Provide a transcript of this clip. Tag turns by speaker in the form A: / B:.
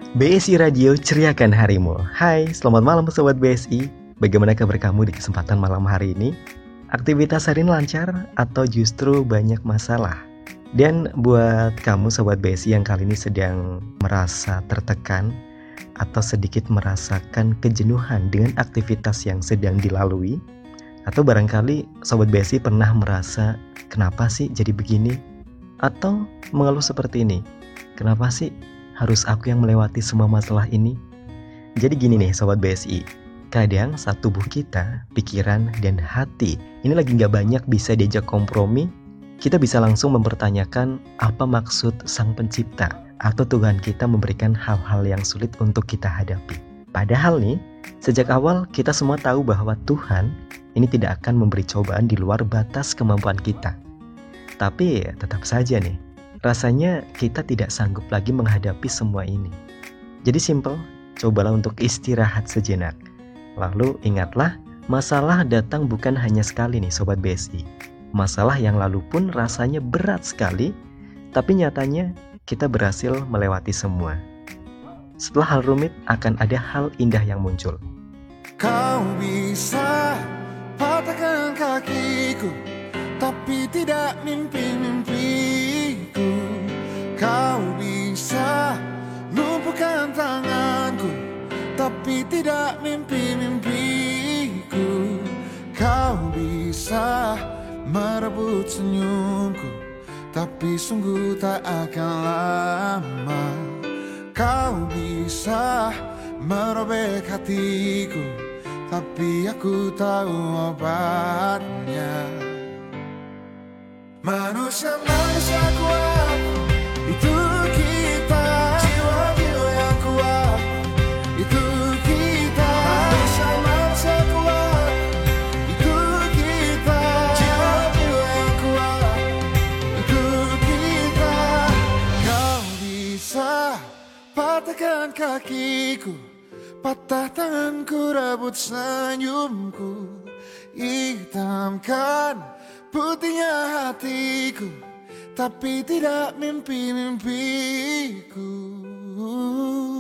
A: BSI Radio, ceriakan harimu. Hai, selamat malam Sobat BSI. Bagaimana kabar kamu di kesempatan malam hari ini? Aktivitas hari ini lancar atau justru banyak masalah? Dan buat kamu Sobat BSI yang kali ini sedang merasa tertekan atau sedikit merasakan kejenuhan dengan aktivitas yang sedang dilalui, atau barangkali Sobat BSI pernah merasa, kenapa sih jadi begini? Atau mengeluh seperti ini, kenapa sih harus aku yang melewati semua masalah ini? Jadi gini nih Sobat BSI, kadang saat tubuh kita, pikiran, dan hati ini lagi gak banyak bisa diajak kompromi, kita bisa langsung mempertanyakan apa maksud Sang Pencipta atau Tuhan kita memberikan hal-hal yang sulit untuk kita hadapi. Padahal nih, sejak awal kita semua tahu bahwa Tuhan ini tidak akan memberi cobaan di luar batas kemampuan kita. Tapi tetap saja nih, rasanya kita tidak sanggup lagi menghadapi semua ini. Jadi simple, cobalah untuk istirahat sejenak. Lalu ingatlah, masalah datang bukan hanya sekali nih Sobat BSI. Masalah yang lalu pun rasanya berat sekali, tapi nyatanya kita berhasil melewati semua. Setelah hal rumit akan ada hal indah yang muncul.
B: Kau bisa patahkan kakiku, tapi tidak mimpi-mimpiku. Kau bisa lumpuhkan tanganku, tapi tidak mimpi-mimpiku. Kau bisa merebut senyumku, tapi sungguh tak akan lama. Kau bisa merobek hatiku, tapi aku tahu obatnya. Manusia kuat, itu kita. Jiwa-jiwa yang kuat, itu kita. Manusia kuat, itu kita. Jiwa-jiwa yang kuat, itu kita. Kau bisa patahkan kakiku, patah tanganku, rebut senyumku, hitamkan putihnya hatiku, tapi tidak mimpi-mimpiku.